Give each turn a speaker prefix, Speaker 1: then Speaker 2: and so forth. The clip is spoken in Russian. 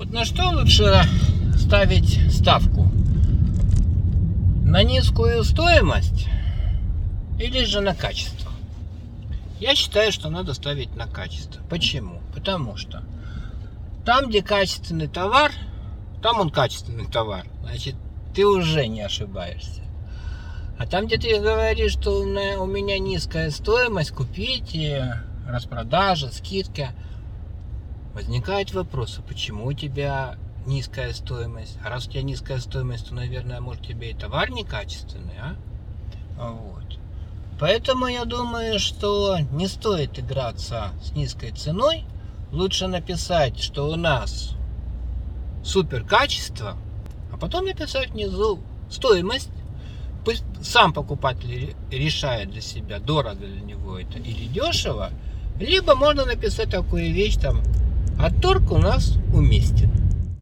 Speaker 1: Вот на что лучше ставить ставку? На низкую стоимость или же на качество? Я считаю, что надо ставить на качество. Почему? Потому что там, где качественный товар, там он качественный товар. Значит, ты уже не ошибаешься. А там, где ты говоришь, что у меня низкая стоимость, купите, распродажа, скидка, возникает вопрос, а почему у тебя низкая стоимость? А раз у тебя низкая стоимость, то, наверное, может, тебе и товар некачественный, а? Вот. Поэтому я думаю, что не стоит играться с низкой ценой. Лучше написать, что у нас супер качество, а потом написать внизу стоимость. Пусть сам покупатель решает для себя, дорого для него это или дешево. Либо можно написать такую вещь, там, а торг у нас уместен.